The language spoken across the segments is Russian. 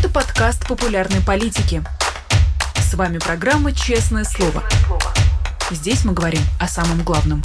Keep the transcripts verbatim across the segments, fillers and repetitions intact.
Это подкаст популярной политики. С вами программа «Честное слово». Здесь мы говорим о самом главном.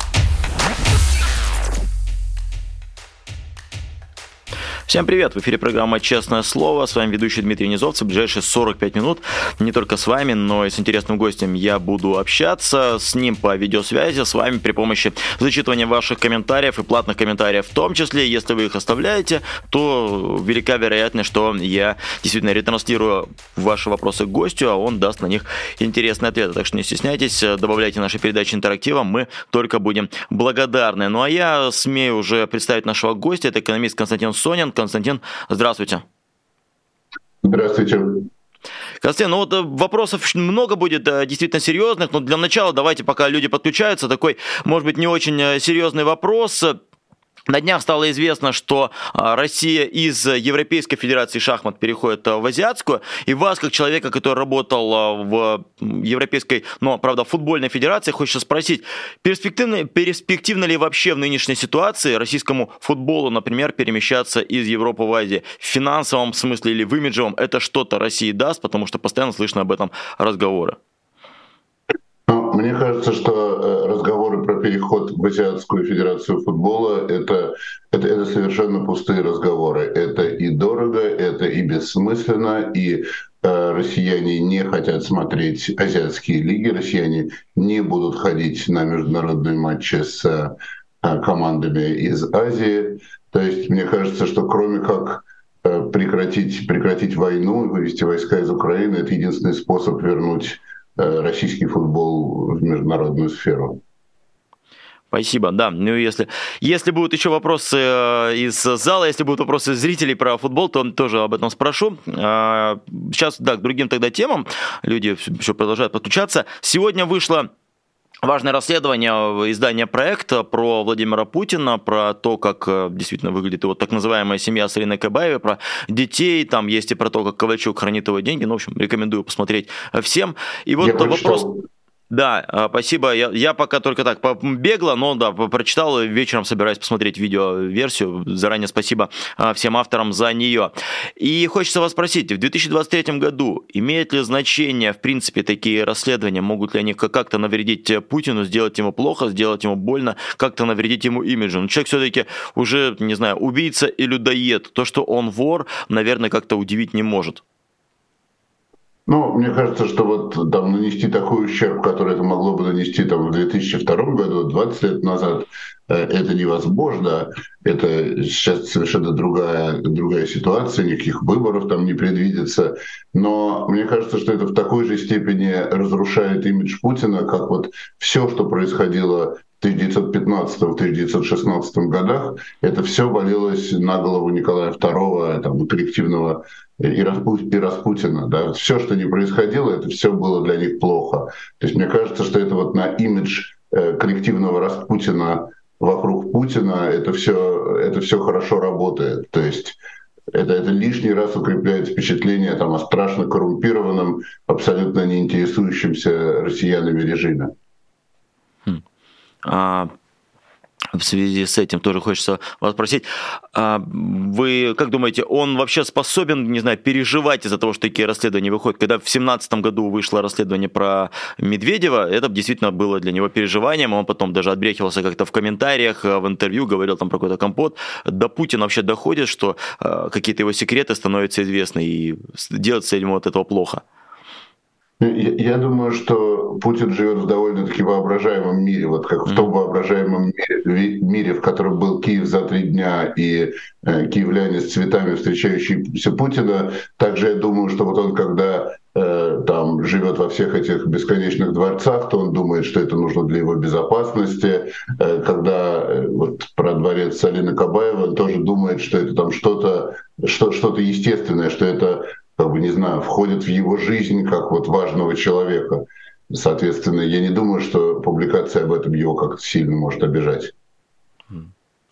Всем привет! В эфире программа «Честное слово». С вами ведущий Дмитрий Низовцев. В ближайшие сорок пять минут не только с вами, но и с интересным гостем я буду общаться. С ним по видеосвязи, с вами при помощи зачитывания ваших комментариев и платных комментариев в том числе. Если вы их оставляете, то велика вероятность, что я действительно ретранслирую ваши вопросы к гостю, а он даст на них интересные ответы. Так что не стесняйтесь, добавляйте наши передачи интерактива, мы только будем благодарны. Ну а я смею уже представить нашего гостя. Это экономист Константин Сонин. Константин, здравствуйте. Здравствуйте. Константин, ну вот вопросов много будет действительно серьезных, но для начала давайте, пока люди подключаются, такой, может быть, не очень серьезный вопрос. На днях стало известно, что Россия из Европейской Федерации шахмат переходит в Азиатскую, и вас, как человека, который работал в Европейской, но, правда, футбольной федерации, хочется спросить, перспективно, перспективно ли вообще в нынешней ситуации российскому футболу, например, перемещаться из Европы в Азию? В финансовом смысле или в имиджевом это что-то России даст, потому что постоянно слышно об этом разговоры? Ну, мне кажется, что разговоры про переход в Азиатскую Федерацию футбола это, это, это совершенно пустые разговоры. Это и дорого, это и бессмысленно, и э, россияне не хотят смотреть азиатские лиги, россияне не будут ходить на международные матчи с э, командами из Азии. То есть мне кажется, что кроме как э, прекратить, прекратить войну и вывести войска из Украины, это единственный способ вернуть российский футбол в международную сферу. Спасибо, да. Ну, если, если будут еще вопросы из зала, если будут вопросы зрителей про футбол, то тоже об этом спрошу. Сейчас, да, к другим тогда темам. Люди еще продолжают подключаться. Сегодня вышло важное расследование издания «Проект» про Владимира Путина, про то, как действительно выглядит его так называемая семья с Алиной Кабаевой, про детей, там есть и про то, как Ковальчук хранит его деньги. Ну, в общем, рекомендую посмотреть всем. И вот Я вопрос... прочитал. Да, спасибо. Я, я пока только так бегло, но да, прочитал, вечером собираюсь посмотреть видеоверсию. Заранее спасибо всем авторам за нее. И хочется вас спросить, в две тысячи двадцать третьем году имеет ли значение, в принципе, такие расследования? Могут ли они как-то навредить Путину, сделать ему плохо, сделать ему больно, как-то навредить ему имиджу? Но человек все-таки уже, не знаю, убийца и людоед. То, что он вор, наверное, как-то удивить не может. Ну, мне кажется, что вот там нанести такой ущерб, который это могло бы нанести там в две тысячи втором году, двадцать лет назад, это невозможно. Это сейчас совершенно другая, другая ситуация, никаких выборов там не предвидится. Но мне кажется, что это в такой же степени разрушает имидж Путина, как вот все, что происходило в тысяча девятьсот пятнадцатом — тысяча девятьсот шестнадцатом годах, это все валилось на голову Николая второго, там, коллективного и, Распу... и Распутина. Да? Все, что не происходило, это все было для них плохо. То есть мне кажется, что это вот на имидж э, коллективного Распутина вокруг Путина это все, это все хорошо работает. То есть это, это лишний раз укрепляет впечатление там, о страшно коррумпированном, абсолютно не интересующемся россиянами режиме. А, в связи с этим тоже хочется вас спросить, а вы как думаете, он вообще способен, не знаю, переживать из-за того, что такие расследования выходят? Когда в семнадцатом году вышло расследование про Медведева, это действительно было для него переживанием, он потом даже отбрехивался как-то в комментариях, в интервью, говорил там про какой-то компот. До Путина вообще доходит, что а, какие-то его секреты становятся известны, и делается ему от этого плохо? Я думаю, что Путин живет в довольно-таки воображаемом мире, вот как в том воображаемом мире, мире, в котором был Киев за три дня и э, киевляне с цветами, встречающиеся Путина. Также я думаю, что вот он, когда э, там живет во всех этих бесконечных дворцах, то он думает, что это нужно для его безопасности. Э, когда э, вот про дворец Алины Кабаевой, он тоже думает, что это там что-то, что, что-то естественное, что это, как бы, не знаю, входит в его жизнь как вот важного человека. Соответственно, я не думаю, что публикация об этом его как-то сильно может обижать.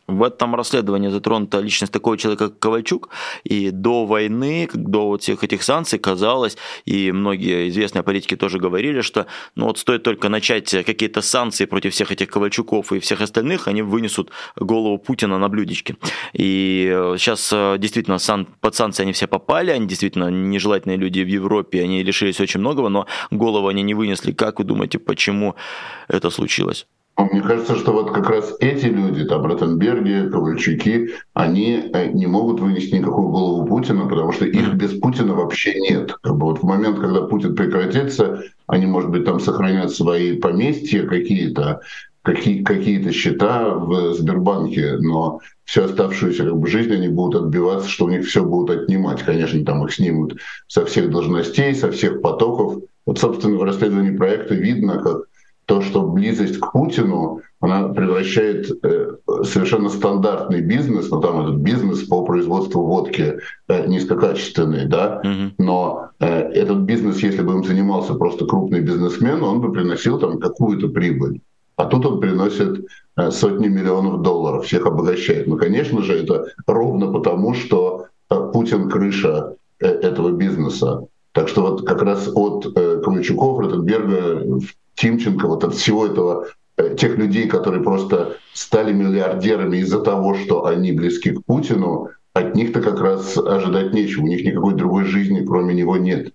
В этом расследовании затронута личность такого человека, как Ковальчук, и до войны, до вот всех этих санкций казалось, и многие известные политики тоже говорили, что ну вот стоит только начать какие-то санкции против всех этих Ковальчуков и всех остальных, они вынесут голову Путина на блюдечке. И сейчас действительно под санкции они все попали, они действительно нежелательные люди в Европе, они лишились очень многого, но голову они не вынесли. Как вы думаете, почему это случилось? Мне кажется, что вот как раз эти люди, там, Ротенберги, Ковальчуки, они не могут вынести никакую голову Путина, потому что их без Путина вообще нет. Как бы вот в момент, когда Путин прекратится, они, может быть, там сохранят свои поместья какие-то, какие, какие-то счета в Сбербанке, но всю оставшуюся как бы, жизнь они будут отбиваться, что у них все будут отнимать. Конечно, там их снимут со всех должностей, со всех потоков. Вот, собственно, в расследовании проекта видно, как то, что близость к Путину, она превращает э, совершенно стандартный бизнес, но там этот бизнес по производству водки э, низкокачественный, да, mm-hmm. но э, этот бизнес, если бы им занимался просто крупный бизнесмен, он бы приносил там какую-то прибыль. А тут он приносит э, сотни миллионов долларов, всех обогащает. Ну, конечно же, это ровно потому, что э, Путин крыша э, этого бизнеса. Так что вот как раз от э, Ковальчуков, Ротенберга, Тимченко, вот от всего этого, э, тех людей, которые просто стали миллиардерами из-за того, что они близки к Путину, от них-то как раз ожидать нечего. У них никакой другой жизни, кроме него, нет.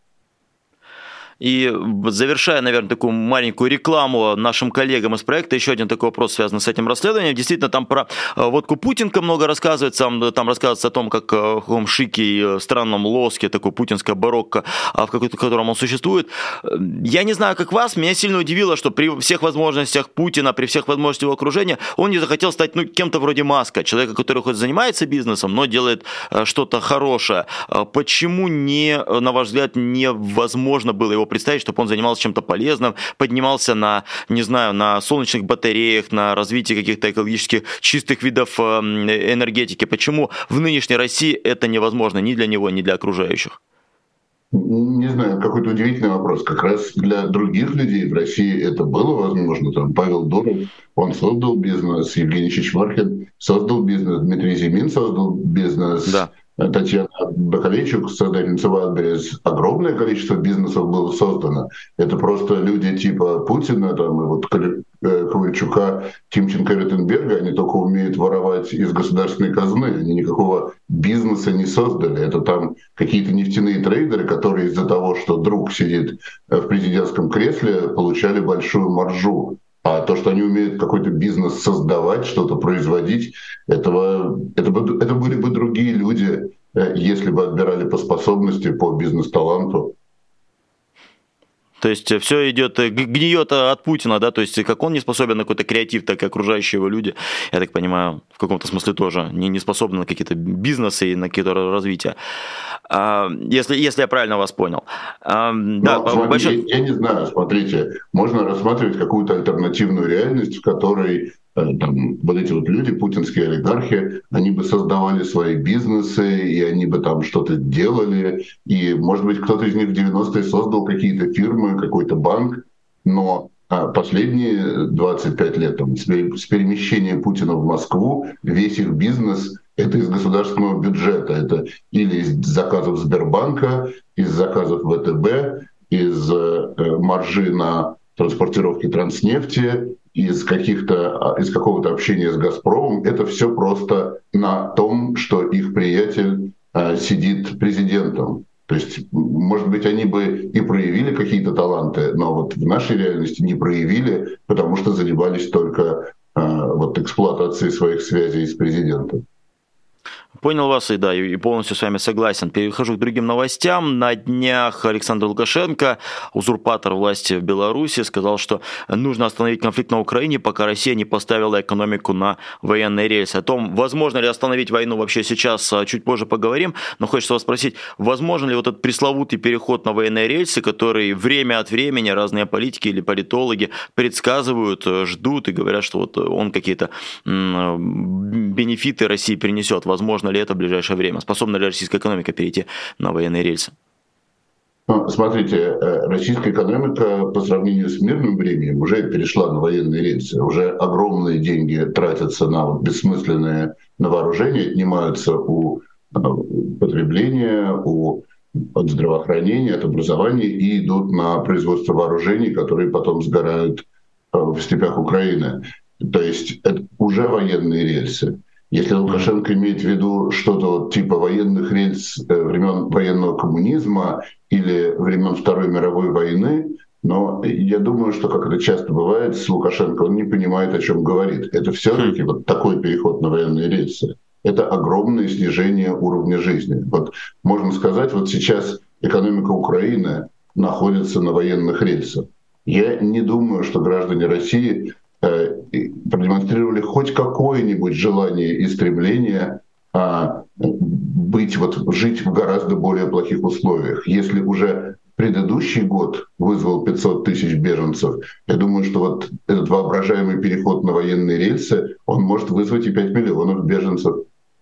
И завершая, наверное, такую маленькую рекламу нашим коллегам из проекта, еще один такой вопрос, связанный с этим расследованием. Действительно, там про водку Путинка много рассказывается, там рассказывается о том, как в каком шике и странном лоске, такой путинская барокко, в какой-то, котором он существует. Я не знаю, как вас, меня сильно удивило, что при всех возможностях Путина, при всех возможностях его окружения, он не захотел стать ну, кем-то вроде Маска, человека, который хоть занимается бизнесом, но делает что-то хорошее. Почему, не, на ваш взгляд, невозможно было его представить, чтобы он занимался чем-то полезным, поднимался на, не знаю, на солнечных батареях, на развитии каких-то экологически чистых видов энергетики? Почему в нынешней России это невозможно ни для него, ни для окружающих? Не знаю, какой-то удивительный вопрос. Как раз для других людей в России это было возможно. Там Павел Дуров, он создал бизнес, Евгений Чичваркин создал бизнес, Дмитрий Зимин создал бизнес. Да. Татьяна Баковейчук, создательница Wildberries, огромное количество бизнесов было создано. Это просто люди типа Путина, там, и вот Ковальчука, Тимченко и Ротенберга, они только умеют воровать из государственной казны. Они никакого бизнеса не создали. Это там какие-то нефтяные трейдеры, которые из-за того, что друг сидит в президентском кресле, получали большую маржу. А то, что они умеют какой-то бизнес создавать, что-то производить, этого, это, бы, это были бы другие люди, если бы отбирали по способности, по бизнес-таланту. То есть все идет, гниет от Путина, да, то есть как он не способен на какой-то креатив, так и окружающие его люди, я так понимаю, в каком-то смысле тоже не, не способны на какие-то бизнесы и на какие-то развития. А, если, если я правильно вас понял. А, да, смотри, большой... я, я не знаю, смотрите, можно рассматривать какую-то альтернативную реальность, в которой там, вот эти вот люди, путинские олигархи, они бы создавали свои бизнесы, и они бы там что-то делали, и, может быть, кто-то из них в девяностые создал какие-то фирмы, какой-то банк, но а последние двадцать пять лет там, с перемещением Путина в Москву, весь их бизнес — это из государственного бюджета, это или из заказов Сбербанка, из заказов ВТБ, из э, маржи на транспортировки Транснефти, из каких-то, из какого-то общения с «Газпромом», это все просто на том, что их приятель э, сидит президентом. То есть, может быть, они бы и проявили какие-то таланты, но вот в нашей реальности не проявили, потому что занимались только э, вот эксплуатацией своих связей с президентом. Понял вас, и да, и полностью с вами согласен. Перехожу к другим новостям. На днях Александр Лукашенко, узурпатор власти в Беларуси, сказал, что нужно остановить конфликт на Украине, пока Россия не поставила экономику на военные рельсы. О том, возможно ли остановить войну вообще сейчас, чуть позже поговорим. Но хочется вас спросить, возможно ли вот этот пресловутый переход на военные рельсы, который время от времени разные политики или политологи предсказывают, ждут и говорят, что вот он какие-то бенефиты России принесет. Возможно ли это в ближайшее время? Способна ли российская экономика перейти на военные рельсы? Ну, смотрите, российская экономика по сравнению с мирным временем уже перешла на военные рельсы. Уже огромные деньги тратятся на вот бессмысленное на вооружение, отнимаются у потребления, у, от здравоохранения, от образования и идут на производство вооружений, которые потом сгорают в степях Украины. То есть это уже военные рельсы. Если Лукашенко имеет в виду что-то вот типа военных рельс времен военного коммунизма или времен Второй мировой войны, но я думаю, что, как это часто бывает с Лукашенко, он не понимает, о чем говорит. Это все-таки вот такой переход на военные рельсы. Это огромное снижение уровня жизни. Вот можно сказать, вот сейчас экономика Украины находится на военных рельсах. Я не думаю, что граждане России продемонстрировали хоть какое-нибудь желание и стремление а, быть, вот, жить в гораздо более плохих условиях. Если уже предыдущий год вызвал пятьсот тысяч беженцев, я думаю, что вот этот воображаемый переход на военные рельсы, он может вызвать и пять миллионов беженцев.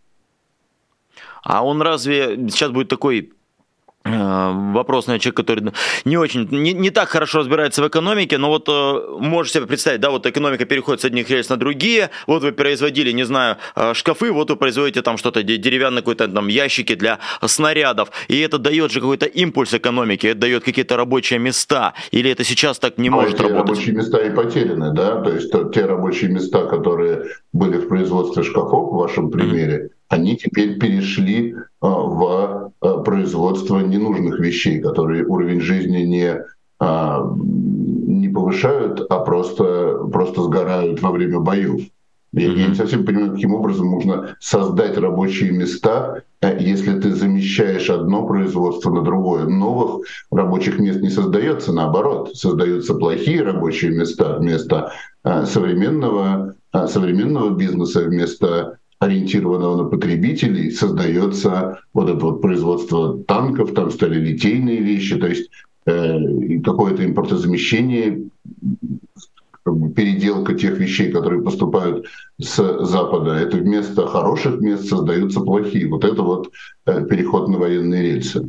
А он разве сейчас будет такой... вопрос на человек, который не очень, не, не так хорошо разбирается в экономике, но вот э, можешь себе представить, да, вот экономика переходит с одних рельс на другие, вот вы производили, не знаю, шкафы, вот вы производите там что-то, деревянные какой-то там ящики для снарядов, и это дает же какой-то импульс экономике, это дает какие-то рабочие места, или это сейчас так не но может эти работать? Рабочие места и потеряны, да, то есть то, те рабочие места, которые были в производстве шкафов в вашем примере, mm-hmm. они теперь перешли а, в а, производство ненужных вещей, которые уровень жизни не, а, не повышают, а просто, просто сгорают во время боев. Я, mm-hmm. я не совсем понимаю, каким образом можно создать рабочие места, если ты замещаешь одно производство на другое. Новых рабочих мест не создается, наоборот, создаются плохие рабочие места вместо а, современного, а, современного бизнеса, вместо ориентированного на потребителей, создается вот это вот производство танков, там стали литейные вещи, то есть э, какое-то импортозамещение, как бы переделка тех вещей, которые поступают с Запада. Это вместо хороших мест создаются плохие. Вот это вот э, переход на военные рельсы.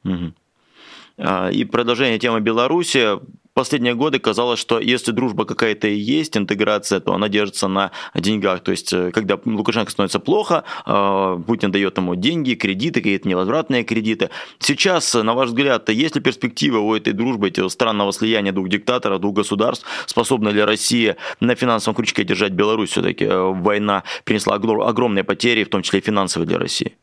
И продолжение темы Беларуси. Последние годы казалось, что если дружба какая-то и есть, интеграция, то она держится на деньгах. То есть, когда Лукашенко становится плохо, Путин дает ему деньги, кредиты, какие-то невозвратные кредиты. Сейчас, на ваш взгляд, есть ли перспектива у этой дружбы, этого странного слияния двух диктаторов, двух государств? Способна ли Россия на финансовом крючке держать Беларусь? Все-таки война принесла огромные потери, в том числе и финансовые для России.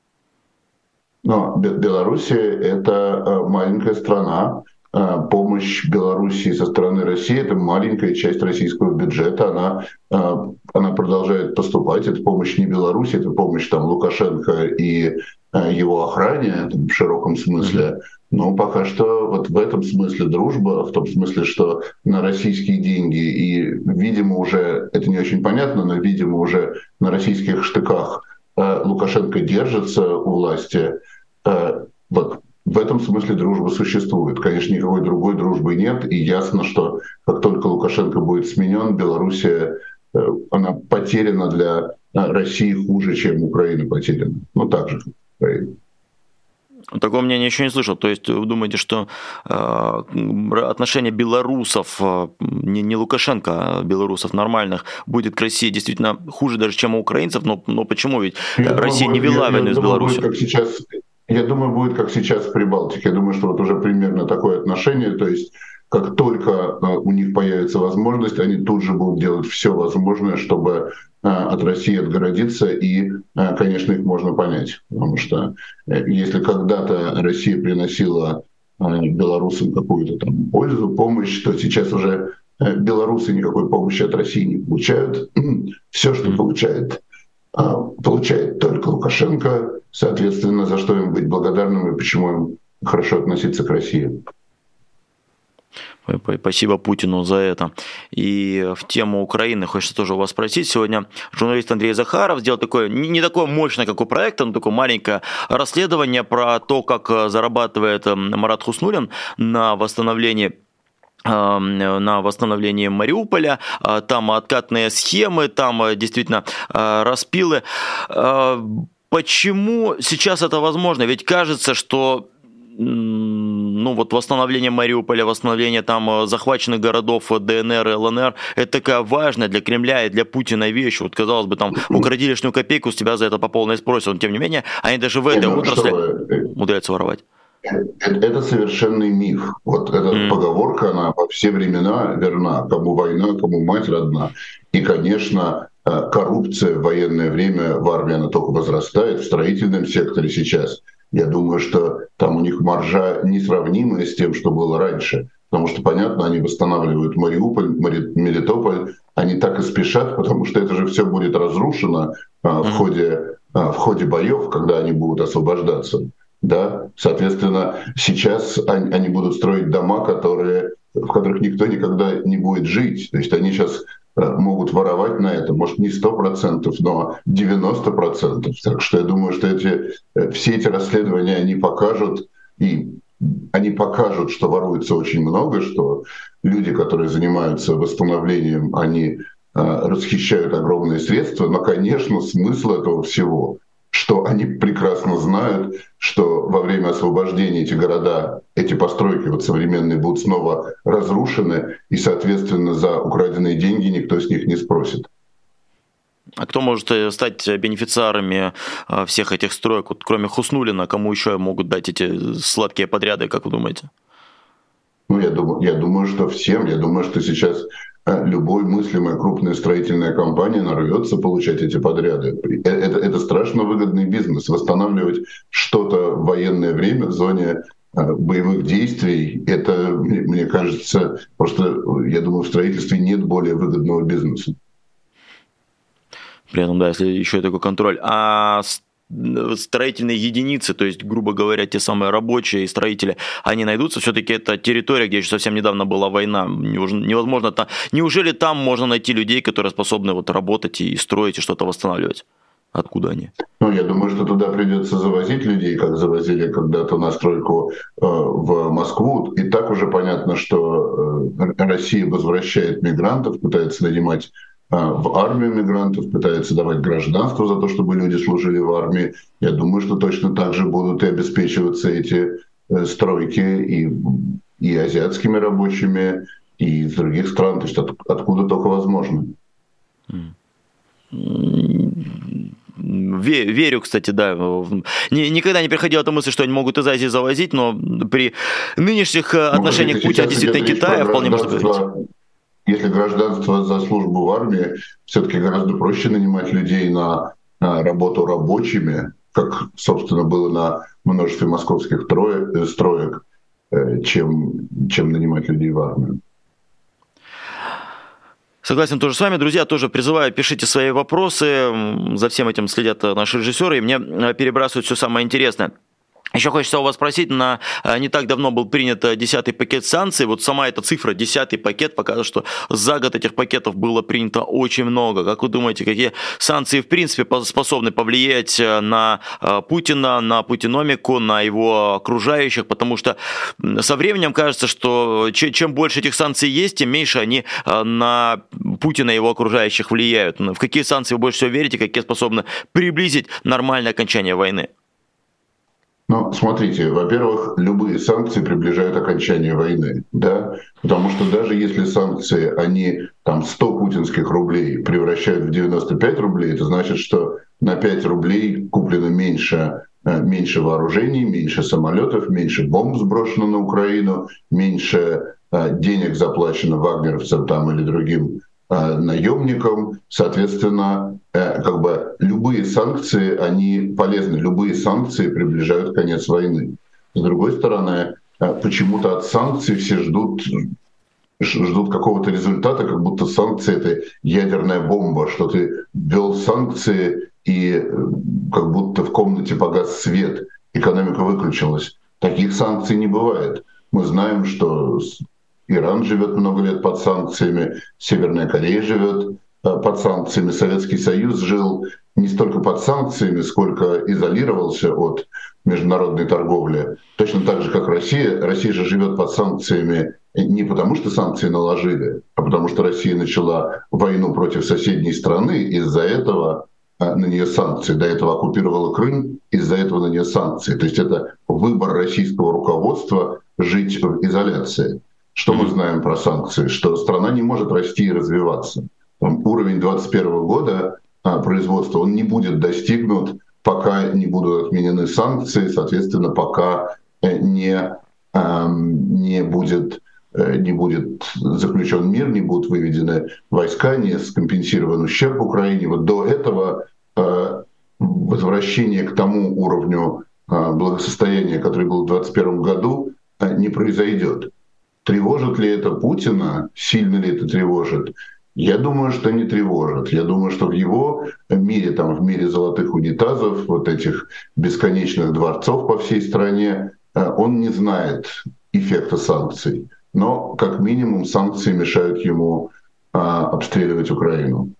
Но Белоруссия – это маленькая страна. Помощь Белоруссии со стороны России – это маленькая часть российского бюджета, она, она продолжает поступать. Это помощь не Беларуси, это помощь там, Лукашенко и его охране там, в широком смысле. Но пока что вот в этом смысле дружба, в том смысле, что на российские деньги, и, видимо, уже, это не очень понятно, но, видимо, уже на российских штыках Лукашенко держится у власти. Вот. В этом смысле дружба существует. Конечно, никакой другой дружбы нет, и ясно, что как только Лукашенко будет сменен, Белоруссия, она потеряна для России хуже, чем Украина потеряна. Ну, так же, как Украина. Такого мнения еще не слышал. То есть вы думаете, что э, отношение белорусов, э, не, не Лукашенко, а белорусов нормальных, будет к России действительно хуже даже, чем у украинцев? Но, но почему? Ведь я Россия думаю, не вела войну с Беларусью. Как сейчас... Я думаю, будет как сейчас в Прибалтике. Я думаю, что вот уже примерно такое отношение. То есть как только у них появится возможность, они тут же будут делать все возможное, чтобы от России отгородиться. И, конечно, их можно понять. Потому что если когда-то Россия приносила белорусам какую-то там пользу, помощь, то сейчас уже белорусы никакой помощи от России не получают. Все, что получает получает только Лукашенко, соответственно, за что им быть благодарным и почему им хорошо относиться к России. Спасибо Путину за это. И в тему Украины хочется тоже у вас спросить. Сегодня журналист Андрей Захаров сделал такое, не такое мощное, как у проекта, но такое маленькое расследование про то, как зарабатывает Марат Хуснуллин на восстановлении на восстановление Мариуполя, там откатные схемы, там действительно распилы. Почему сейчас это возможно? Ведь кажется, что ну вот восстановление Мариуполя, восстановление там захваченных городов ДНР и ЛНР, это такая важная для Кремля и для Путина вещь. Вот, казалось бы, там укради лишнюю копейку, с тебя за это по полной спросят. Но тем не менее, они даже в этой ну, отрасли умудряются воровать. Это, это совершенный миф. Вот эта mm. поговорка, она во все времена верна. Кому война, кому мать родна. И, конечно, коррупция в военное время в армии, она только возрастает. В строительном секторе сейчас, я думаю, что там у них маржа несравнимая с тем, что было раньше. Потому что, понятно, они восстанавливают Мариуполь, Мелитополь. Они так и спешат, потому что это же все будет разрушено mm. в ходе, в ходе боев, когда они будут освобождаться. Да, соответственно, сейчас они, они будут строить дома, которые, в которых никто никогда не будет жить. То есть они сейчас могут воровать на это, может, не сто процентов, но девяносто процентов. Так что я думаю, что эти, все эти расследования, они покажут, и они покажут, что воруется очень много, что люди, которые занимаются восстановлением, они расхищают огромные средства. Но, конечно, смысл этого всего, что они прекрасно знают, что во время освобождения эти города, эти постройки вот современные будут снова разрушены, и, соответственно, за украденные деньги никто с них не спросит. А кто может стать бенефициарами всех этих строек, вот, кроме Хуснуллина, кому еще могут дать эти сладкие подряды, как вы думаете? Ну, я думаю, я думаю, что всем. Я думаю, что сейчас любой мыслимая крупная строительная компания нарвется получать эти подряды. Это, это страшно выгодный бизнес. Восстанавливать что-то в военное время в зоне боевых действий, это, мне кажется, просто, я думаю, в строительстве нет более выгодного бизнеса. При этом, да, если еще и такой контроль. А строительные единицы, то есть, грубо говоря, те самые рабочие и строители, они найдутся? Все-таки это территория, где еще совсем недавно была война. Невозможно там. Неужели там можно найти людей, которые способны вот работать и строить, и что-то восстанавливать? Откуда они? Ну, я думаю, что туда придется завозить людей, как завозили когда-то на стройку э, в Москву. И так уже понятно, что э, Россия возвращает мигрантов, пытается нанимать в армию мигрантов, пытается давать гражданство за то, чтобы люди служили в армии. Я думаю, что точно так же будут и обеспечиваться эти стройки и, и азиатскими рабочими, и из других стран, то есть от, откуда только возможно. Верю, кстати, да. Никогда не приходила эта мысль, что они могут из Азии завозить, но при нынешних ну, отношениях Путина действительно Китая вполне можно говорить. Если гражданство за службу в армии, все-таки гораздо проще нанимать людей на, на работу рабочими, как, собственно, было на множестве московских троек, строек, чем, чем нанимать людей в армию. Согласен тоже с вами. Друзья, тоже призываю, пишите свои вопросы. За всем этим следят наши режиссеры, и мне перебрасывают все самое интересное. Еще хочется у вас спросить, на, не так давно был принят десятый пакет санкций. Вот сама эта цифра, десятый пакет, показывает, что за год этих пакетов было принято очень много. Как вы думаете, какие санкции в принципе способны повлиять на Путина, на путиномику, на его окружающих? Потому что со временем кажется, что чем больше этих санкций есть, тем меньше они на Путина и его окружающих влияют. В какие санкции вы больше всего верите, какие способны приблизить нормальное окончание войны? Ну, смотрите, во-первых, любые санкции приближают окончание войны, да, потому что даже если санкции, они там сто путинских рублей превращают в девяносто пять рублей, это значит, что на пять рублей куплено меньше, меньше вооружений, меньше самолетов, меньше бомб сброшено на Украину, меньше денег заплачено вагнеровцам там или другим наемникам, соответственно, как бы любые санкции, они полезны, любые санкции приближают конец войны. С другой стороны, почему-то от санкций все ждут, ждут какого-то результата, как будто санкции — это ядерная бомба, что ты ввел санкции и как будто в комнате погас свет, экономика выключилась. Таких санкций не бывает. Мы знаем, что Иран живет много лет под санкциями, Северная Корея живет под санкциями, Советский Союз жил не столько под санкциями, сколько изолировался от международной торговли. Точно так же, как Россия. Россия же живет под санкциями не потому, что санкции наложили, а потому что Россия начала войну против соседней страны. Из-за этого на нее санкции. До этого оккупировала Крым, из-за этого на нее санкции. То есть это выбор российского руководства жить в изоляции. Что мы знаем про санкции? Что страна не может расти и развиваться. Там уровень двадцать первого года а, производства он не будет достигнут, пока не будут отменены санкции, соответственно, пока не, а, не будет не будет заключен мир, не будут выведены войска, не скомпенсирован ущерб Украине. Вот до этого э, возвращение к тому уровню э, благосостояния, который был в двадцать первом году, э, не произойдет. Тревожит ли это Путина? Сильно ли это тревожит? Я думаю, что не тревожит. Я думаю, что в его мире, там, в мире золотых унитазов, вот этих бесконечных дворцов по всей стране, э, он не знает эффекта санкций. Но, как минимум, санкции мешают ему а, обстреливать Украину.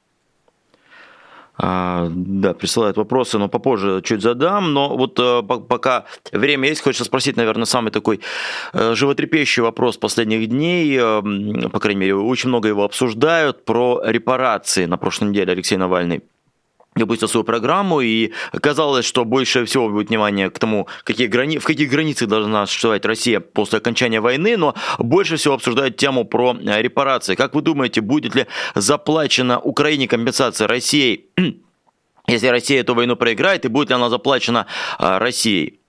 А, да, присылают вопросы, но попозже чуть задам. Но вот а, пока время есть, хочется спросить, наверное, самый такой а, животрепещущий вопрос последних дней. А, по крайней мере, очень много его обсуждают, про репарации. На прошлой неделе Алексей Навальный выпустил свою программу, и казалось, что больше всего будет внимание к тому, какие грани... в каких границах должна существовать Россия после окончания войны, но больше всего обсуждают тему про репарации. Как вы думаете, будет ли заплачена Украине компенсация Россией, если Россия эту войну проиграет, и будет ли она заплачена Россией?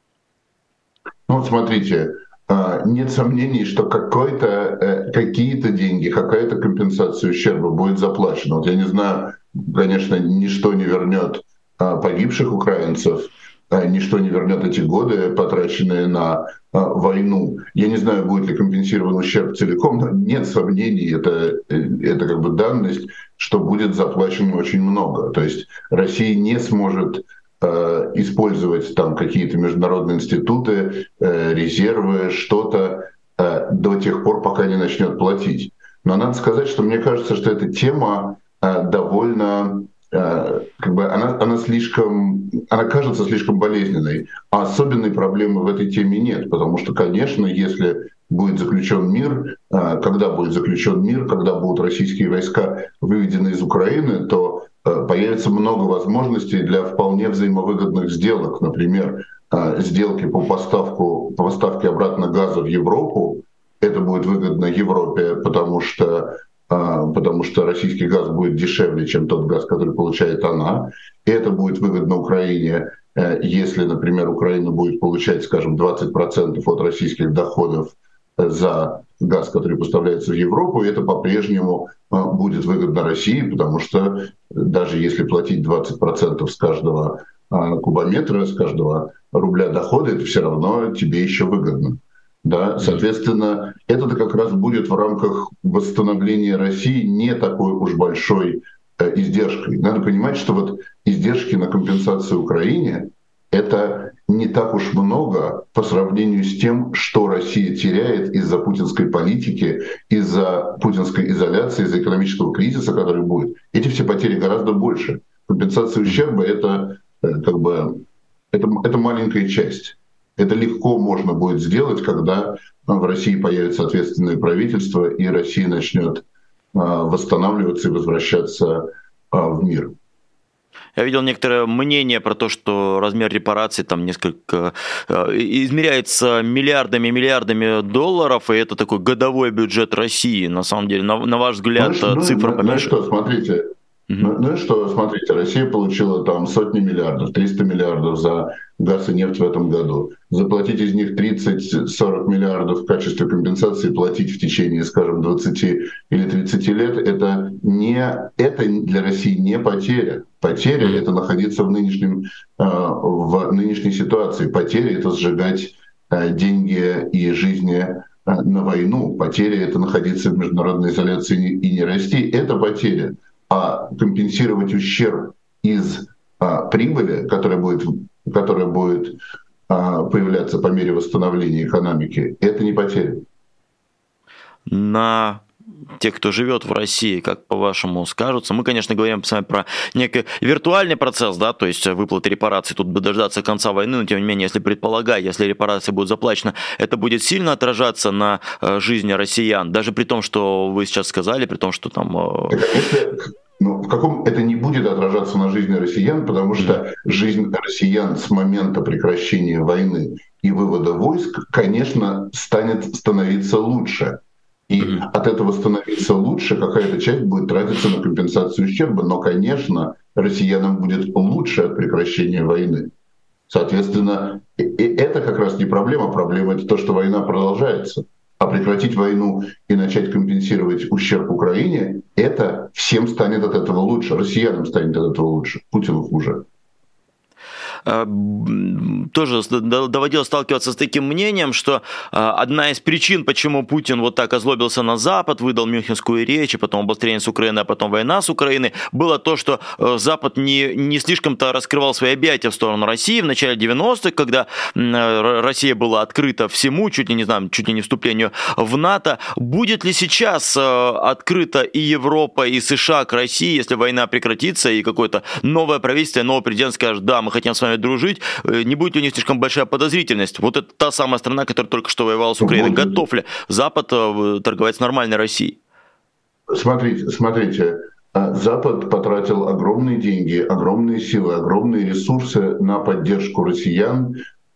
Ну, смотрите, нет сомнений, что какой-то, какие-то деньги, какая-то компенсация ущерба будет заплачена. Вот я не знаю, конечно, ничто не вернет погибших украинцев, ничто не вернет эти годы, потраченные на войну. Я не знаю, будет ли компенсирован ущерб целиком, но нет сомнений, это, это как бы данность, что будет заплачено очень много. То есть Россия не сможет использовать там какие-то международные институты, резервы, что-то до тех пор, пока не начнет платить. Но надо сказать, что мне кажется, что эта тема довольно, как бы она, она слишком, она кажется слишком болезненной, а особенной проблемы в этой теме нет, потому что, конечно, если будет заключен мир, когда будет заключен мир, когда будут российские войска выведены из Украины, то появится много возможностей для вполне взаимовыгодных сделок, например, сделки по, поставку, по поставке обратно газа в Европу. Это будет выгодно Европе, потому что, потому что российский газ будет дешевле, чем тот газ, который получает она. И это будет выгодно Украине, если, например, Украина будет получать, скажем, двадцать процентов от российских доходов за газ, который поставляется в Европу, и это по-прежнему будет выгодно России, потому что даже если платить двадцать процентов с каждого кубометра, с каждого рубля дохода, это все равно тебе еще выгодно. Да? Соответственно, это как раз будет в рамках восстановления России не такой уж большой издержкой. Надо понимать, что вот издержки на компенсацию Украине — это не так уж много по сравнению с тем, что Россия теряет из-за путинской политики, из-за путинской изоляции, из-за экономического кризиса, который будет. Эти все потери гораздо больше. Компенсация ущерба — это как бы это, это маленькая часть. Это легко можно будет сделать, когда в России появится ответственное правительство, и Россия начнет восстанавливаться и возвращаться в мир. Я видел некоторое мнение про то, что размер репараций там несколько измеряется миллиардами и миллиардами долларов, и это такой годовой бюджет России. На самом деле, на, на ваш взгляд, ну, цифра ну, поменьше? Ну что, смотрите, uh-huh. ну, ну и что, смотрите, Россия получила там сотни миллиардов, триста миллиардов за газ и нефть в этом году. Заплатить из них тридцать-сорок миллиардов в качестве компенсации, платить в течение, скажем, двадцати или тридцати лет, это, не, это для России не потеря. Потеря — это находиться в, нынешнем, в нынешней ситуации. Потеря — это сжигать деньги и жизни на войну. Потеря — это находиться в международной изоляции и не расти. Это потеря. А компенсировать ущерб из прибыли, которая будет, которая будет появляться по мере восстановления экономики, это не потеря. На тех, кто живет в России, как по-вашему скажутся? Мы, конечно, говорим с вами про некий виртуальный процесс, да, то есть выплаты репараций, тут бы дождаться конца войны, но тем не менее, если предполагать, если репарации будут заплачены, это будет сильно отражаться на жизни россиян, даже при том, что вы сейчас сказали, при том, что там... Если, ну, каком это не будет отражаться на жизни россиян, потому что жизнь россиян с момента прекращения войны и вывода войск, конечно, станет становиться лучше. И mm-hmm. от этого становиться лучше какая-то часть будет тратиться на компенсацию ущерба, но, конечно, россиянам будет лучше от прекращения войны. Соответственно, и это как раз не проблема, проблема — это то, что война продолжается. А прекратить войну и начать компенсировать ущерб Украине, это всем станет от этого лучше, россиянам станет от этого лучше, Путину хуже. Тоже доводилось сталкиваться с таким мнением, что одна из причин, почему Путин вот так озлобился на Запад, выдал мюнхенскую речь, и потом обострение с Украиной, а потом война с Украиной, было то, что Запад не, не слишком-то раскрывал свои объятия в сторону России в начале девяностых, когда Россия была открыта всему, чуть ли не знаю, чуть ли не вступлению в НАТО. Будет ли сейчас открыта и Европа, и США к России, если война прекратится, и какое-то новое правительство, новый президент скажет: да, мы хотим с вами дружить, не будет ли у них слишком большая подозрительность? Вот это та самая страна, которая только что воевала с Украиной. Готов ли Запад торговать с нормальной Россией? Смотрите, смотрите, Запад потратил огромные деньги, огромные силы, огромные ресурсы на поддержку россиян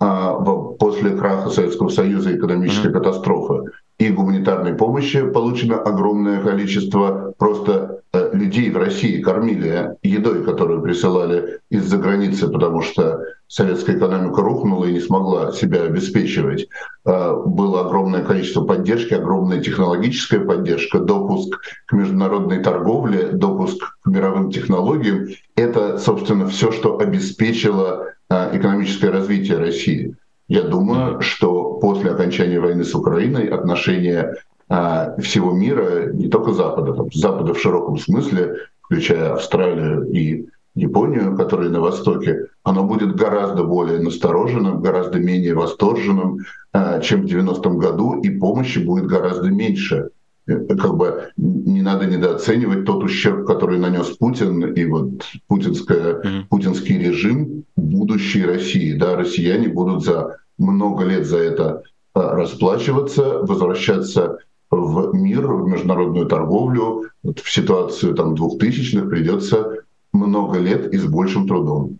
после краха Советского Союза, экономической mm-hmm. катастрофы и гуманитарной помощи. Получено огромное количество просто людей в России, кормили едой, которую присылали из-за границы, потому что советская экономика рухнула и не смогла себя обеспечивать. Было огромное количество поддержки, огромная технологическая поддержка, допуск к международной торговле, допуск к мировым технологиям. Это, собственно, все, что обеспечило экономическое развитие России. Я думаю, что после окончания войны с Украиной отношения а, всего мира, не только Запада, там, Запада в широком смысле, включая Австралию и Японию, которые на Востоке, оно будет гораздо более настороженным, гораздо менее восторженным, а, чем в девяностом году, и помощи будет гораздо меньше. Как бы не надо недооценивать тот ущерб, который нанес Путин и вот путинская, mm-hmm. путинский режим будущей России. Да, россияне будут за много лет за это расплачиваться, возвращаться в мир, в международную торговлю. Вот в ситуацию там двухтысячных придется много лет и с большим трудом.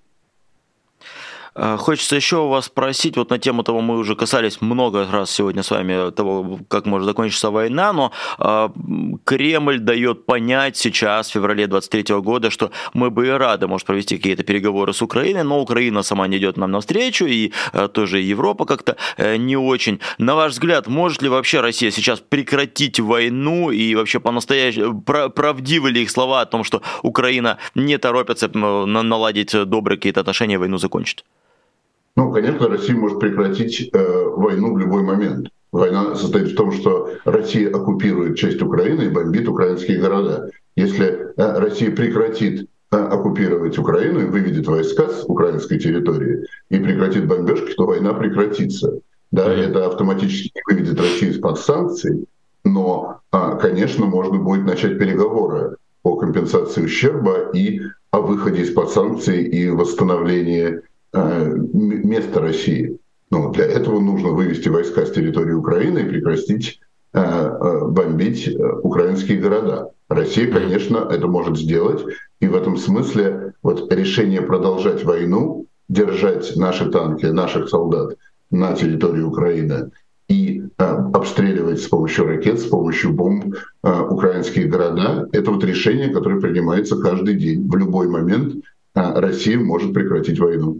Хочется еще у вас спросить, вот на тему того, мы уже касались много раз сегодня с вами того, как может закончиться война, но э, Кремль дает понять сейчас, в феврале двадцать третьего года, что мы бы и рады, может, провести какие-то переговоры с Украиной, но Украина сама не идет нам навстречу, и э, тоже Европа как-то э, не очень. На ваш взгляд, может ли вообще Россия сейчас прекратить войну, и вообще по-настоящему, правдивы ли их слова о том, что Украина не торопится наладить добрые какие-то отношения и войну закончить? Ну, конечно, Россия может прекратить э, войну в любой момент. Война состоит в том, что Россия оккупирует часть Украины и бомбит украинские города. Если э, Россия прекратит э, оккупировать Украину и выведет войска с украинской территории и прекратит бомбежки, то война прекратится. Да, mm-hmm. это автоматически выведет Россию из-под санкций, но, э, конечно, можно будет начать переговоры о компенсации ущерба и о выходе из-под санкций и восстановлении место России. Но для этого нужно вывести войска с территории Украины и прекратить э, э, бомбить э, украинские города. Россия, конечно, это может сделать. И в этом смысле вот решение продолжать войну, держать наши танки, наших солдат на территории Украины и э, обстреливать с помощью ракет, с помощью бомб э, украинские города, это вот решение, которое принимается каждый день. В любой момент э, Россия может прекратить войну.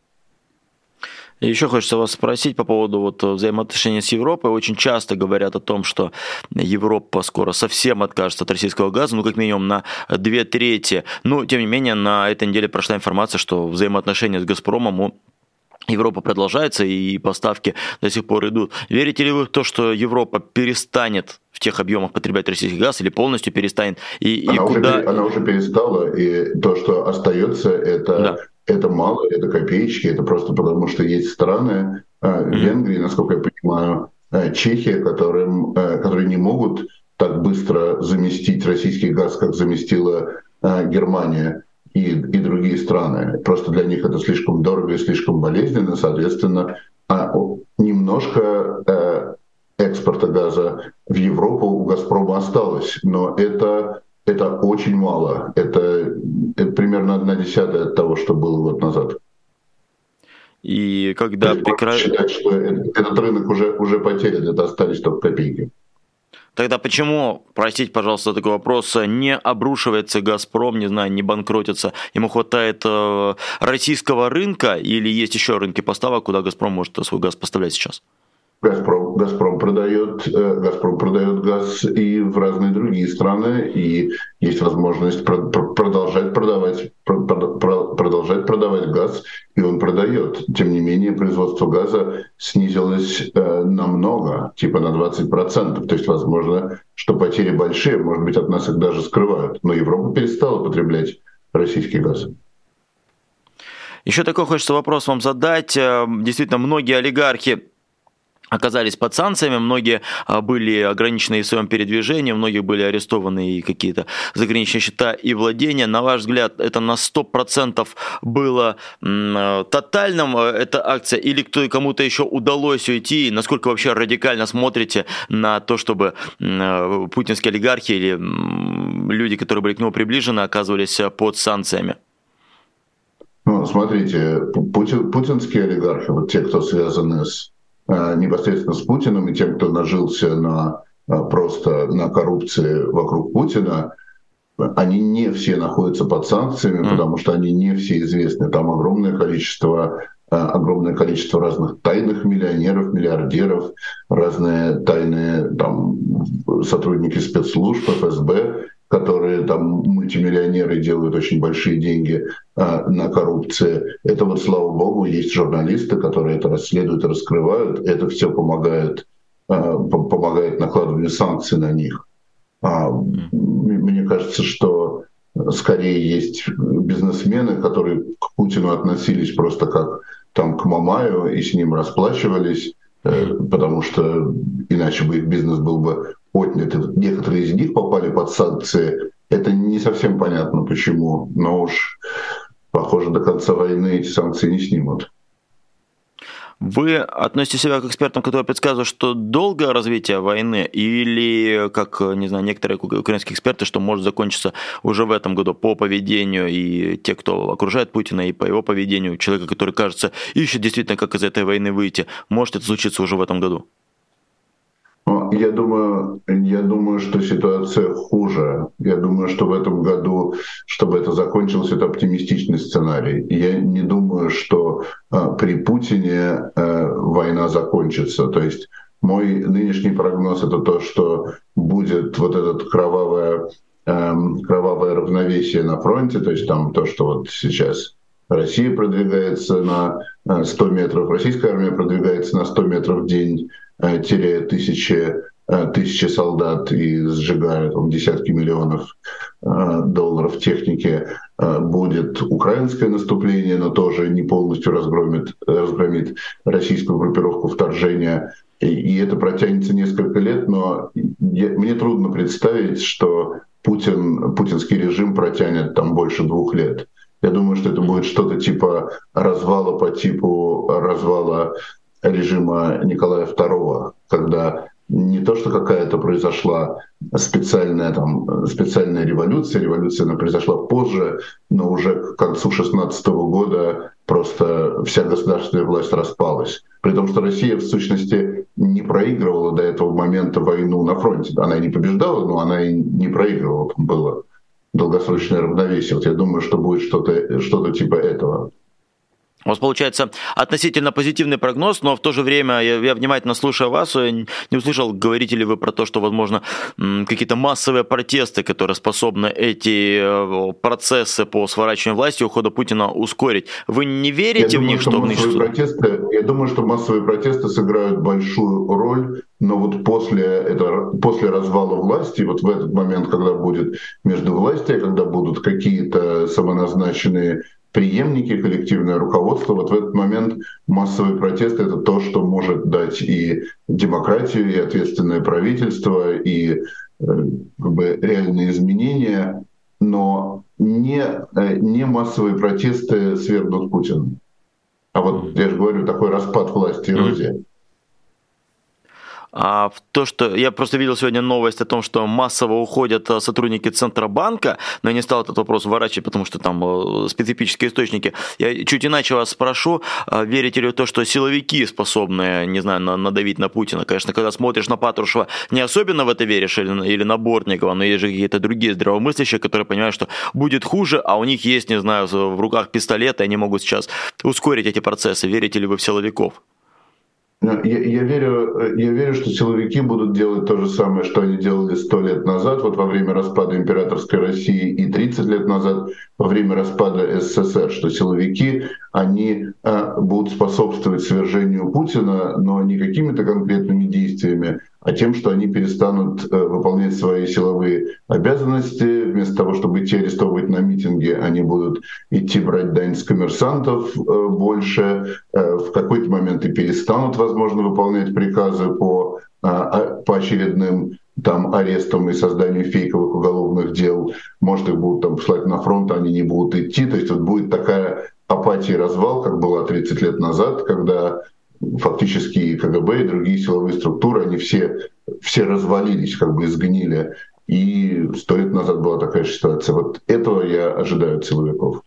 И еще хочется вас спросить по поводу вот взаимоотношений с Европой. Очень часто говорят о том, что Европа скоро совсем откажется от российского газа, ну, как минимум на две трети. Но, тем не менее, на этой неделе прошла информация, что взаимоотношения с «Газпромом» у Европы продолжаются и поставки до сих пор идут. Верите ли вы в то, что Европа перестанет в тех объемах потреблять российский газ или полностью перестанет? И, она, и куда... уже, она уже перестала, и то, что остается, это... Да. Это мало, это копеечки, это просто потому, что есть страны, э, Венгрия, насколько я понимаю, э, Чехия, которым, э, которые не могут так быстро заместить российский газ, как заместила э, Германия и, и другие страны. Просто для них это слишком дорого и слишком болезненно, соответственно, э, немножко э, экспорта газа в Европу у «Газпрома» осталось, но это это очень мало. Это, это примерно одна десятая от того, что было год назад. И когда прекра... считать, что этот рынок уже, уже потерян, это остались только копейки. Тогда почему, простите, пожалуйста, такой вопрос, не обрушивается «Газпром», не знаю, не банкротится? Ему хватает э, российского рынка или есть еще рынки поставок, куда «Газпром» может свой газ поставлять сейчас? Газпром, Газпром продает, Газпром продает газ и в разные другие страны, и есть возможность продолжать продавать, продолжать продавать газ, и он продает. Тем не менее, производство газа снизилось намного, типа на двадцать процентов. То есть, возможно, что потери большие, может быть, от нас их даже скрывают. Но Европа перестала потреблять российский газ. Еще такой хочется вопрос вам задать. Действительно, многие олигархи оказались под санкциями, многие были ограничены в своем передвижении, у многих были арестованы и какие-то заграничные счета и владения. На ваш взгляд, это на сто процентов было тотальным, эта акция, или кому-то еще удалось уйти? Насколько вообще радикально смотрите на то, чтобы путинские олигархи или люди, которые были к нему приближены, оказывались под санкциями? Ну, смотрите, путин, путинские олигархи, вот те, кто связаны с непосредственно с Путиным и тем, кто нажился на, просто на коррупции вокруг Путина, они не все находятся под санкциями, mm. потому что они не все известны. Там огромное количество, огромное количество разных тайных миллионеров, миллиардеров, разные тайные там, сотрудники спецслужб, эф эс бэ, которые там мультимиллионеры делают очень большие деньги а, на коррупции. Это вот, слава богу, есть журналисты, которые это расследуют и раскрывают. Это все помогает, а, помогает накладыванию санкций на них. А, мне кажется, что скорее есть бизнесмены, которые к Путину относились просто как там, к Мамаю и с ним расплачивались, потому что иначе бы их бизнес был бы отнят. Некоторые из них попали под санкции. Это не совсем понятно, почему, но уж, похоже, до конца войны эти санкции не снимут. Вы относите себя к экспертам, которые предсказывают, что долгое развитие войны, или, как, не знаю, некоторые украинские эксперты, что может закончиться уже в этом году по поведению и те, кто окружает Путина, и по его поведению, человека, который, кажется, ищет действительно, как из этой войны выйти, может это случиться уже в этом году? Я думаю, я думаю, что ситуация хуже. Я думаю, что в этом году, чтобы это закончилось, это оптимистичный сценарий. Я не думаю, что э, при Путине э, война закончится. То есть мой нынешний прогноз — это то, что будет вот это кровавое, э, кровавое равновесие на фронте, то есть там то, что вот сейчас Россия продвигается на сто метров, российская армия продвигается на сто метров в день, теряя тысячи, тысячи солдат и сжигая там, десятки миллионов долларов техники, будет украинское наступление, но тоже не полностью разгромит, разгромит российскую группировку вторжения. И, и это протянется несколько лет, но я, мне трудно представить, что Путин, путинский режим протянет там больше двух лет. Я думаю, что это будет что-то типа развала по типу развала режима Николая второго, когда не то, что какая-то произошла специальная, там, специальная революция, революция она произошла позже, но уже к концу шестнадцатого года просто вся государственная власть распалась. При том, что Россия в сущности не проигрывала до этого момента войну на фронте. Она и не побеждала, но она и не проигрывала. Там было долгосрочное равновесие. Вот я думаю, что будет что-то, что-то типа этого. У вас получается относительно позитивный прогноз, но в то же время я, я внимательно слушая вас, не услышал, говорите ли вы про то, что, возможно, какие-то массовые протесты, которые способны эти процессы по сворачиванию власти и ухода Путина ускорить. Вы не верите я в думаю, них, что, что массовые в них протесты, Я думаю, что массовые протесты сыграют большую роль, но вот после, это, после развала власти, вот в этот момент, когда будет междувластие, когда будут какие-то самоназначенные преемники, коллективное руководство, вот в этот момент массовые протесты — это то, что может дать и демократию, и ответственное правительство, и как бы, реальные изменения, но не, не массовые протесты свергнут Путина. А вот, я же говорю, такой распад власти, эрозия. А в то, что я просто видел сегодня новость о том, что массово уходят сотрудники Центробанка, но я не стал этот вопрос ворачивать, потому что там специфические источники. Я чуть иначе вас спрошу, верите ли в то, что силовики способны, не знаю, надавить на Путина? Конечно, когда смотришь на Патрушева, не особенно в это веришь, или, или на Бортникова, но есть же какие-то другие здравомыслящие, которые понимают, что будет хуже, а у них есть, не знаю, в руках пистолет, и они могут сейчас ускорить эти процессы. Верите ли вы в силовиков? Я, я, верю, я верю, что силовики будут делать то же самое, что они делали сто лет назад, вот во время распада императорской России, и тридцать лет назад во время распада СССР, что силовики, они а, будут способствовать свержению Путина, но не какими-то конкретными действиями, а тем, что они перестанут а, выполнять свои силовые обязанности. Вместо того, чтобы идти арестовывать на митинге, они будут идти брать дань с коммерсантов а, больше, а, в какой-то момент и перестанут, возможно, выполнять приказы по, а, по очередным там арестам и созданию фейковых уголовных дел. Может, их будут там послать на фронт, а они не будут идти. То есть вот будет такая апатия и развал, как была тридцать лет назад, когда фактически и КГБ, и другие силовые структуры, они все, все развалились, как бы изгнили. И сто лет назад была такая же ситуация. Вот этого я ожидаю от силовиков.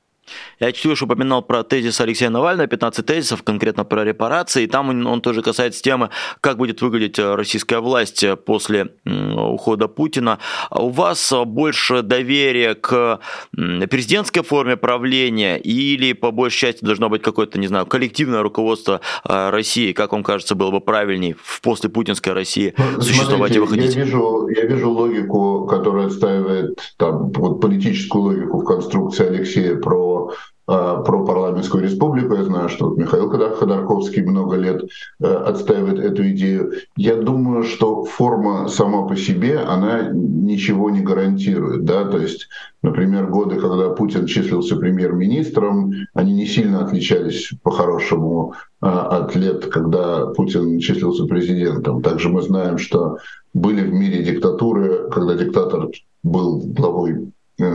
Я чуть выше упоминал про тезис Алексея Навального, пятнадцать тезисов, конкретно про репарации, и там он, он тоже касается темы, как будет выглядеть российская власть после ухода Путина. У вас больше доверия к президентской форме правления или, по большей части, должно быть какое-то, не знаю, коллективное руководство России? Как вам кажется, было бы правильнее в послепутинской России ну, существовать смотрите, и выходить? Я вижу, я вижу логику, которая отстаивает там, вот, политическую логику в конструкции Алексея про про парламентскую республику. Я знаю, что Михаил Ходорковский много лет отстаивает эту идею. Я думаю, что форма сама по себе, она ничего не гарантирует. Да? То есть, например, годы, когда Путин числился премьер-министром, они не сильно отличались по-хорошему от лет, когда Путин числился президентом. Также мы знаем, что были в мире диктатуры, когда диктатор был главой,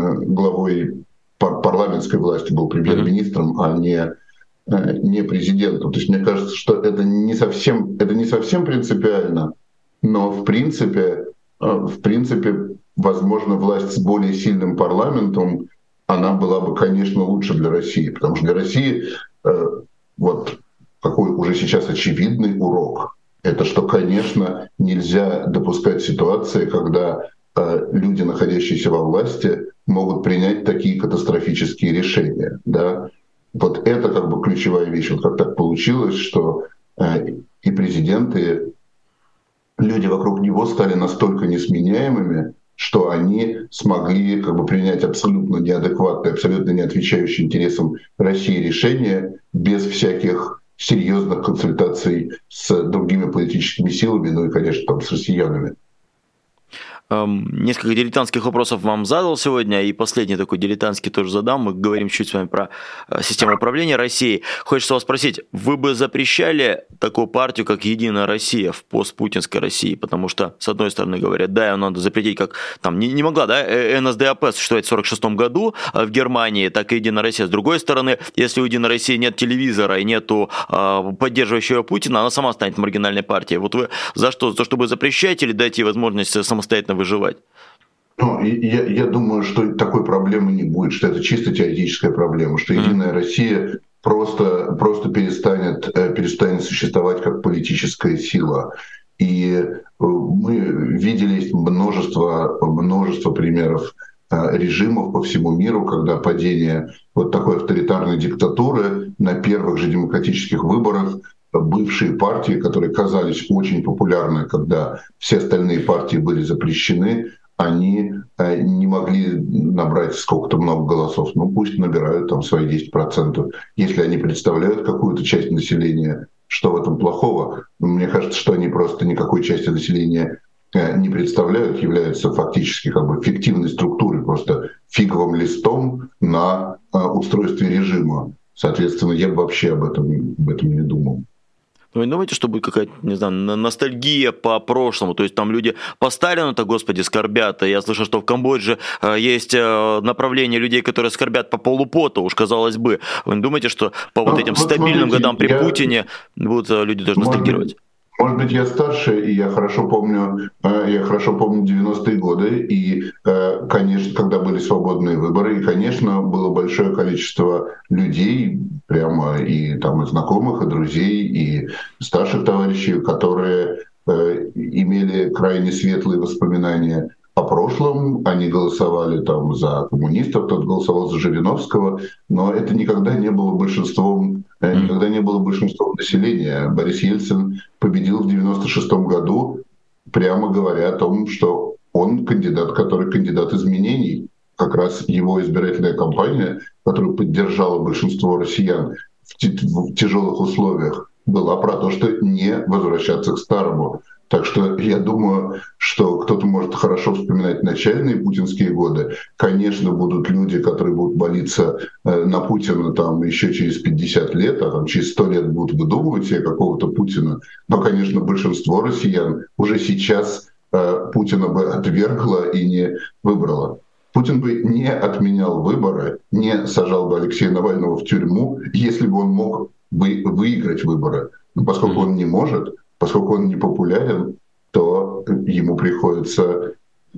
главой парламентской власти, был премьер-министром, а не, не президентом. То есть мне кажется, что это не совсем, это не совсем принципиально, но в принципе, в принципе, возможно, власть с более сильным парламентом, она была бы, конечно, лучше для России. Потому что для России вот какой уже сейчас очевидный урок, это что, конечно, нельзя допускать ситуации, когда люди, находящиеся во власти, могут принять такие катастрофические решения. Да? Вот это как бы ключевая вещь. Вот как так получилось, что э, и президент, и люди вокруг него стали настолько несменяемыми, что они смогли как бы принять абсолютно неадекватные, абсолютно не отвечающие интересам России решения без всяких серьезных консультаций с другими политическими силами, ну и, конечно, там, с россиянами. Несколько дилетантских вопросов вам задал сегодня, и последний такой дилетантский тоже задам. Мы говорим чуть с вами про систему управления Россией. Хочется вас спросить, вы бы запрещали такую партию, как «Единая Россия» в постпутинской России? Потому что, с одной стороны, говорят, да, ее надо запретить, как там не, не могла, да, эн эс дэ а пэ существовать в сорок шестом году в Германии, так и «Единая Россия». С другой стороны, если у «Единой России» нет телевизора и нету э, поддерживающего Путина, она сама станет маргинальной партией. Вот вы за что? За то, чтобы запрещать или дать ей возможность самостоятельно выживать? Ну, я, я думаю, что такой проблемы не будет, что это чисто теоретическая проблема, что «Единая Россия» просто, просто перестанет, перестанет существовать как политическая сила. И мы видели множество, множество примеров режимов по всему миру, когда падение вот такой авторитарной диктатуры на первых же демократических выборах бывшие партии, которые казались очень популярны, когда все остальные партии были запрещены, они не могли набрать сколько-то много голосов. Ну, пусть набирают там свои десять процентов. Если они представляют какую-то часть населения, что в этом плохого? Мне кажется, что они просто никакой части населения не представляют, являются фактически как бы фиктивной структурой, просто фиговым листом на устройстве режима. Соответственно, я бы вообще об этом, об этом не думал. Вы не думаете, что будет какая-то, не знаю, ностальгия по прошлому? То есть там люди по Сталину-то, господи, скорбят. Я слышал, что в Камбодже есть направление людей, которые скорбят по полупоту, уж казалось бы. Вы не думаете, что по вот этим вот стабильным годам при я... Путине будут люди даже ностальгировать? Может быть, я старше, и я хорошо помню, я хорошо помню девяностые годы, и, конечно, когда были свободные выборы, и, конечно, было большое количество людей, прямо и там и знакомых, и друзей, и старших товарищей, которые имели крайне светлые воспоминания о прошлом, они голосовали там за коммунистов, кто-то голосовал за Жириновского, но это никогда не было большинством, никогда не было большинством населения. Борис Ельцин победил в девяносто шестом году, прямо говоря о том, что он кандидат, который кандидат изменений. Как раз его избирательная кампания, которую поддержало большинство россиян в тяжелых условиях, была про то, что не возвращаться к старому. Так что я думаю, что кто-то может хорошо вспоминать начальные путинские годы. Конечно, будут люди, которые будут молиться на Путина там еще через пятьдесят лет, а там через сто лет будут выдумывать себе какого-то Путина. Но, конечно, большинство россиян уже сейчас Путина бы отвергло и не выбрало. Путин бы не отменял выборы, не сажал бы Алексея Навального в тюрьму, если бы он мог бы выиграть выборы. Но поскольку он не может, поскольку он не популярен, то ему приходится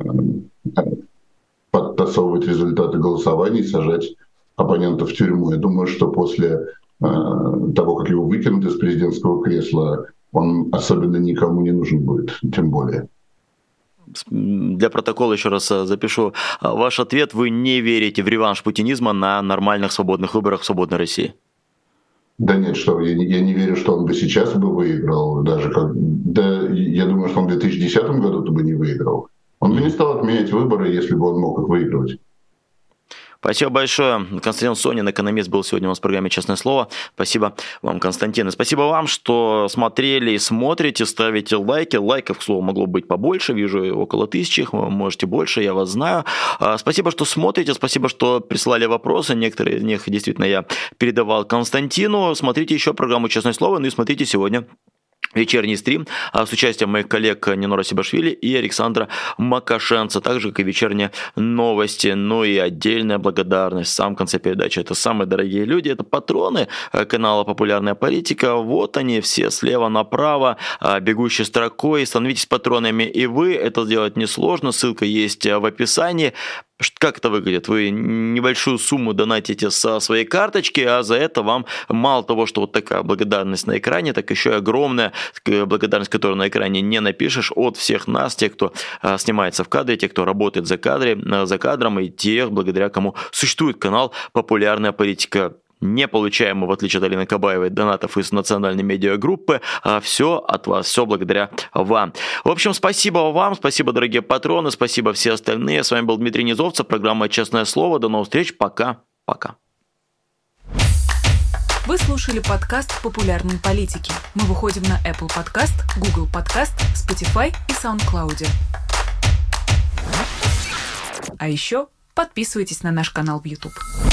подтасовывать результаты голосований, сажать оппонентов в тюрьму. Я думаю, что после того, как его выкинут из президентского кресла, он особенно никому не нужен будет, тем более. Для протокола еще раз запишу ваш ответ. Вы не верите в реванш путинизма на нормальных свободных выборах в свободной России? Да нет, что я не, я не верю, что он бы сейчас бы выиграл, даже как, да, я думаю, что он в две тысячи десятом году бы не выиграл. Он бы не стал отменять выборы, если бы он мог их выигрывать. Спасибо большое. Константин Сонин, экономист, был сегодня у нас в программе «Честное слово». Спасибо вам, Константин. И спасибо вам, что смотрели и смотрите, ставите лайки. Лайков, к слову, могло быть побольше. Вижу около тысячи, вы можете больше, я вас знаю. Спасибо, что смотрите, спасибо, что присылали вопросы. Некоторые из них действительно я передавал Константину. Смотрите еще программу «Честное слово», ну и смотрите сегодня вечерний стрим с участием моих коллег Нинора Сибашвили и Александра Макашенца, так же, как и вечерние новости. Ну и отдельная благодарность в самом конце передачи. Это самые дорогие люди, это патроны канала «Популярная политика». Вот они все слева направо, бегущей строкой. Становитесь патронами и вы. Это сделать несложно. Ссылка есть в описании. Как это выглядит? Вы небольшую сумму донатите со своей карточки, а за это вам мало того, что вот такая благодарность на экране, так еще и огромная благодарность, которую на экране не напишешь, от всех нас, тех, кто снимается в кадре, тех, кто работает за, кадре, за кадром, и тех, благодаря кому существует канал «Популярная политика». Не получаем мы, в отличие от Алины Кабаевой, донатов из национальной медиагруппы. А все от вас, все благодаря вам. В общем, спасибо вам, спасибо, дорогие патроны, спасибо все остальные. С вами был Дмитрий Низовцев, программа «Честное слово». До новых встреч, пока-пока. Вы слушали подкаст «Популярной политики». Мы выходим на Apple Podcast, Google Podcast, Spotify и SoundCloud. А еще подписывайтесь на наш канал в YouTube.